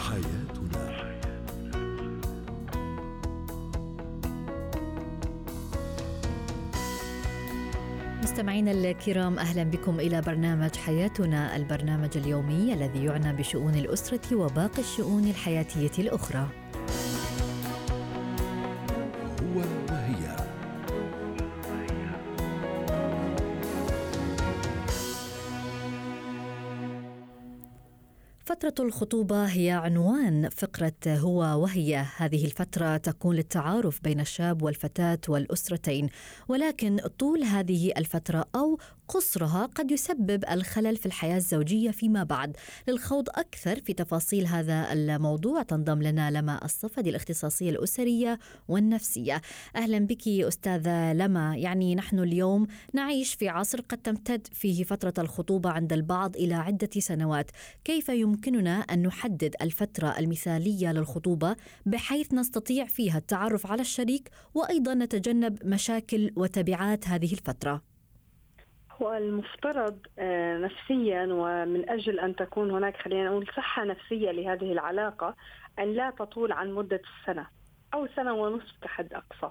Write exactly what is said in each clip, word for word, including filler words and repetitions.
حياتنا. مستمعينا الكرام، أهلا بكم إلى برنامج حياتنا، البرنامج اليومي الذي يعنى بشؤون الأسرة وباقي الشؤون الحياتية الأخرى. هو وهي. فترة الخطوبة هي عنوان فقرة هو وهي. هذه الفترة تكون للتعارف بين الشاب والفتاة والأسرتين، ولكن طول هذه الفترة أو قصرها قد يسبب الخلل في الحياة الزوجية فيما بعد. للخوض أكثر في تفاصيل هذا الموضوع تنضم لنا لما الصفدي، الاختصاصية الأسرية والنفسية. أهلا بك أستاذة لما. يعني نحن اليوم نعيش في عصر قد تمتد فيه فترة الخطوبة عند البعض إلى عدة سنوات. كيف يمكننا أن نحدد الفترة المثالية للخطوبة بحيث نستطيع فيها التعرف على الشريك وأيضا نتجنب مشاكل وتبعات هذه الفترة؟ هو المفترض نفسيا ومن أجل أن تكون هناك، خلينا نقول، صحة نفسية لهذه العلاقة، أن لا تطول عن مدة السنة أو سنة ونصف كحد أقصى،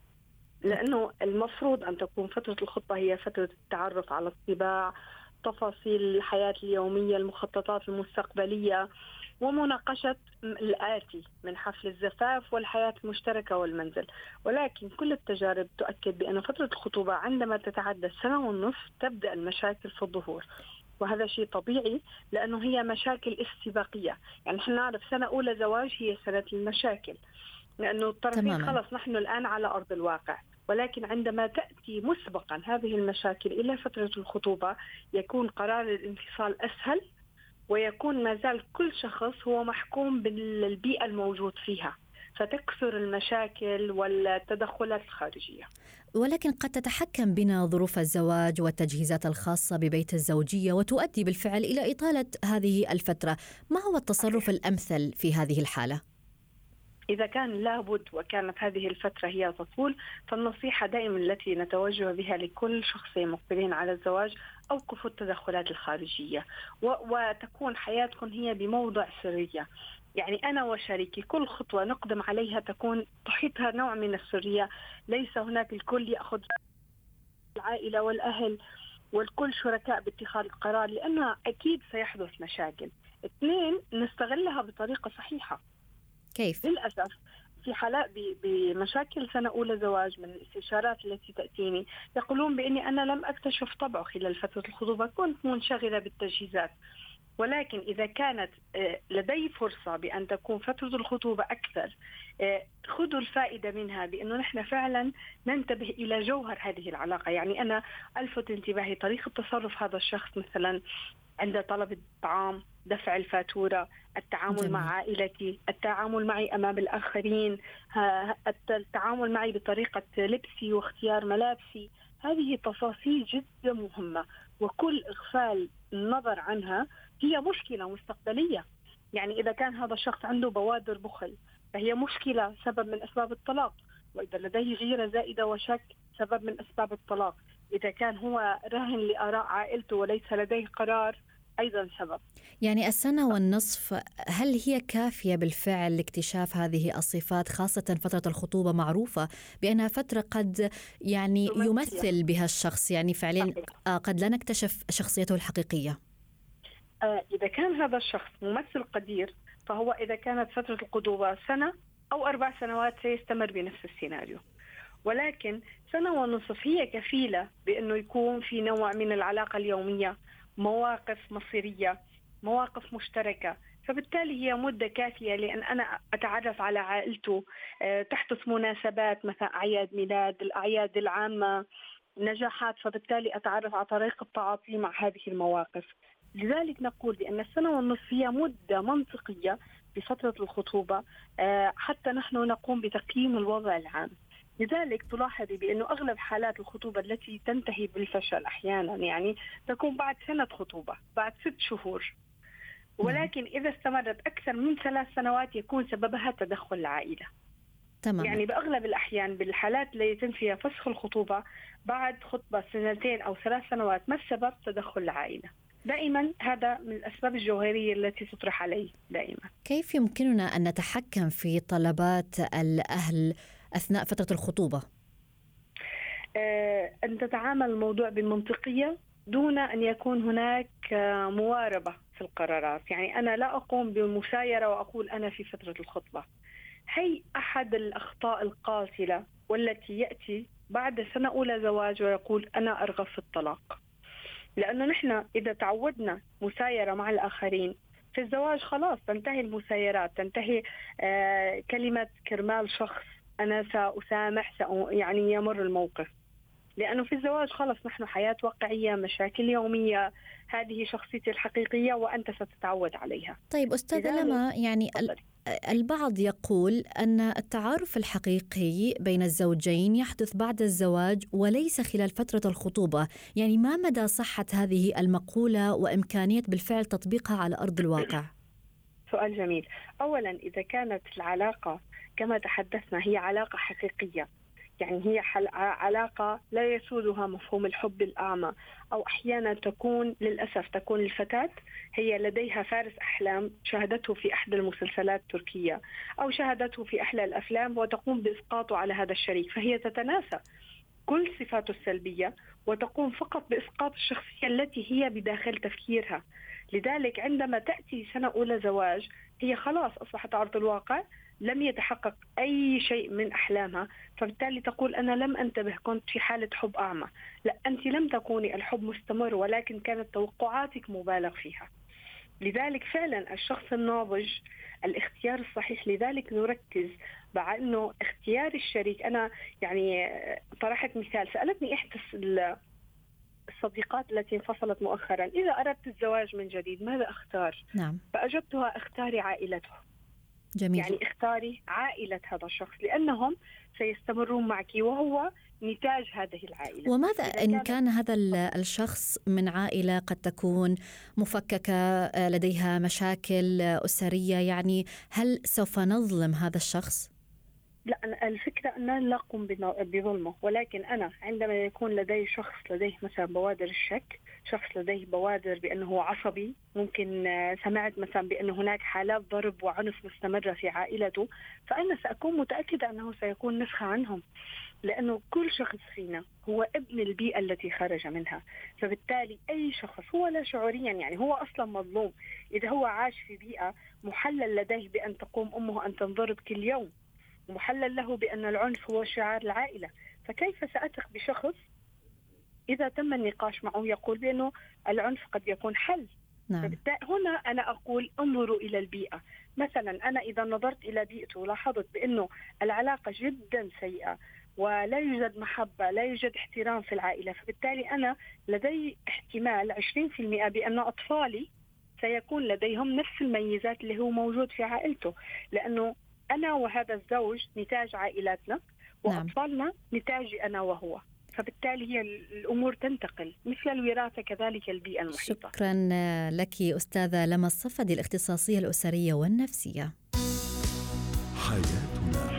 لأنه المفروض أن تكون فترة الخطبة هي فترة التعرف على الطباع، تفاصيل الحياة اليومية، المخططات المستقبلية، ومناقشة الآتي من حفل الزفاف والحياة المشتركة والمنزل. ولكن كل التجارب تؤكد بأن فترة الخطوبة عندما تتعدى السنة والنصف تبدأ المشاكل في الظهور، وهذا شيء طبيعي لأنه هي مشاكل استباقية. يعني نحن نعرف سنة أولى زواج هي سنة المشاكل، لأنه الطرفين خلص نحن الآن على أرض الواقع. ولكن عندما تأتي مسبقا هذه المشاكل إلى فترة الخطوبة يكون قرار الانفصال أسهل، ويكون ما زال كل شخص هو محكوم بالبيئة الموجود فيها، فتكثر المشاكل والتدخلات الخارجية. ولكن قد تتحكم بنا ظروف الزواج والتجهيزات الخاصة ببيت الزوجية وتؤدي بالفعل إلى إطالة هذه الفترة. ما هو التصرف الأمثل في هذه الحالة؟ إذا كان لابد وكانت هذه الفترة هي تطول، فالنصيحة دائما التي نتوجه بها لكل شخصين مقبلين على الزواج: أوقفوا التدخلات الخارجية وتكون حياتكم هي بموضع سرية. يعني أنا وشريكي كل خطوة نقدم عليها تكون تحيطها نوع من السرية، ليس هناك الكل يأخذ العائلة والأهل والكل شركاء باتخاذ القرار، لأنها أكيد سيحدث مشاكل. اثنين، نستغلها بطريقة صحيحة. كيف؟ للأسف في حالات بمشاكل سنة أولى زواج من الاستشارات التي تأتيني يقولون بأني أنا لم أكتشف طبعه خلال فترة الخطوبة، كنت منشغلة بالتجهيزات. ولكن إذا كانت لدي فرصة بأن تكون فترة الخطوبة أكثر، خذوا الفائدة منها بأنه نحن فعلا ننتبه إلى جوهر هذه العلاقة. يعني أنا ألفت انتباهي طريقة تصرف هذا الشخص، مثلا عند طلب الطعام، دفع الفاتورة، التعامل جميل. مع عائلتي، التعامل معي أمام الآخرين، التعامل معي بطريقة لبسي واختيار ملابسي. هذه تفاصيل جدا مهمة، وكل إغفال النظر عنها هي مشكلة مستقبلية. يعني إذا كان هذا الشخص عنده بوادر بخل فهي مشكلة، سبب من أسباب الطلاق. وإذا لديه غيرة زائدة وشك، سبب من أسباب الطلاق. إذا كان هو راهن لآراء عائلته وليس لديه قرار، أيضا سبب. يعني السنة والنصف هل هي كافية بالفعل لاكتشاف هذه الصفات، خاصة فترة الخطوبة معروفة بأنها فترة قد يعني يمثل بها الشخص، يعني فعليا قد لا نكتشف شخصيته الحقيقية. إذا كان هذا الشخص ممثل قدير، فهو إذا كانت فترة الخطوبة سنة أو أربع سنوات سيستمر بنفس السيناريو. ولكن سنة ونصف هي كفيلة بأنه يكون في نوع من العلاقة اليومية، مواقف مصيرية، مواقف مشتركة. فبالتالي هي مدة كافية لأن أنا أتعرف على عائلته. تحدث مناسبات مثلا أعياد ميلاد، الأعياد العامة، نجاحات، فبالتالي أتعرف على طريقة التعاطي مع هذه المواقف. لذلك نقول بأن السنة والنصف هي مدة منطقية بفترة الخطوبة حتى نحن نقوم بتقييم الوضع العام. لذلك تلاحظي بأنه أغلب حالات الخطوبة التي تنتهي بالفشل أحيانا يعني تكون بعد سنة خطوبة، بعد ست شهور. ولكن إذا استمرت أكثر من ثلاث سنوات يكون سببها تدخل العائلة. تمام. يعني بأغلب الأحيان بالحالات اللي يتم فيها فسخ الخطوبة بعد خطبة سنتين أو ثلاث سنوات، ما السبب؟ تدخل العائلة. دائما هذا من الأسباب الجوهرية التي تطرح علي دائما. كيف يمكننا أن نتحكم في طلبات الأهل أثناء فترة الخطوبة؟ آه، أن تتعامل الموضوع بمنطقية دون أن يكون هناك آه، مواربة في القرارات. يعني أنا لا أقوم بمسايرة وأقول أنا في فترة الخطبة. هي أحد الأخطاء القاتلة والتي يأتي بعد سنة أولى زواج ويقول أنا أرغب في الطلاق. لأنه نحن إذا تعودنا مسايرة مع الآخرين في الزواج خلاص تنتهي المسايرات، تنتهي آه كلمة كرمال شخص أنا سأسامح سأ يعني يمر الموقف. لأنه في الزواج خلص نحن حياة واقعية، مشاكل يومية، هذه شخصيتي الحقيقية وأنت ستتعود عليها. طيب أستاذة لما، يعني البعض يقول أن التعارف الحقيقي بين الزوجين يحدث بعد الزواج وليس خلال فترة الخطوبة، يعني ما مدى صحة هذه المقولة وإمكانية بالفعل تطبيقها على أرض الواقع؟ سؤال جميل. أولا إذا كانت العلاقة كما تحدثنا هي علاقة حقيقية، يعني هي علاقة لا يسودها مفهوم الحب الأعمى، أو أحيانا تكون للأسف تكون الفتاة هي لديها فارس أحلام شاهدته في أحد المسلسلات التركية أو شاهدته في أحلى الأفلام وتقوم بإسقاطه على هذا الشريك، فهي تتناسى كل صفاته السلبية وتقوم فقط بإسقاط الشخصية التي هي بداخل تفكيرها. لذلك عندما تأتي سنة أولى زواج هي خلاص أصبحت عرض الواقع، لم يتحقق أي شيء من أحلامها، فبالتالي تقول أنا لم أنتبه، كنت في حالة حب أعمى. لا، أنت لم تكوني الحب مستمر ولكن كانت توقعاتك مبالغ فيها. لذلك فعلا الشخص الناضج الاختيار الصحيح. لذلك نركز مع أنه اختيار الشريك. أنا يعني طرحت مثال، سألتني إحدى الصديقات التي انفصلت مؤخرا إذا أردت الزواج من جديد ماذا أختار؟ نعم. فأجبتها اختاري عائلته. جميل. يعني اختاري عائلة هذا الشخص لأنهم سيستمرون معك وهو نتاج هذه العائلة. وماذا إن كان هذا الشخص من عائلة قد تكون مفككة لديها مشاكل أسرية، يعني هل سوف نظلم هذا الشخص؟ لا، الفكرة أن لا أقوم بظلمه، ولكن أنا عندما يكون لدي شخص لديه مثلا بوادر الشك، شخص لديه بوادر بأنه عصبي، ممكن سمعت مثلا بأن هناك حالات ضرب وعنف مستمرة في عائلته، فأنا سأكون متأكدة أنه سيكون نسخة عنهم، لأنه كل شخص فينا هو ابن البيئة التي خرج منها. فبالتالي أي شخص هو لا شعوريا يعني هو أصلا مظلوم إذا هو عاش في بيئة محلل لديه بأن تقوم أمه أن تنضرب كل يوم، محلل له بأن العنف هو شعار العائلة. فكيف سأثق بشخص إذا تم النقاش معه يقول بأنه العنف قد يكون حل؟ نعم. فبالتالي هنا أنا أقول انظروا إلى البيئة. مثلا أنا إذا نظرت إلى بيئته ولاحظت بأنه العلاقة جدا سيئة ولا يوجد محبة، لا يوجد احترام في العائلة، فبالتالي أنا لدي احتمال عشرين بالمئة بأن أطفالي سيكون لديهم نفس الميزات اللي هو موجود في عائلته، لأنه أنا وهذا الزوج نتاج عائلاتنا وأطفالنا نتاجي أنا وهو. فبالتالي هي الأمور تنتقل مثل الوراثة كذلك البيئة المحيطة. شكرا لك أستاذة لما الصفدي، الاختصاصية الأسرية والنفسية. حياتنا.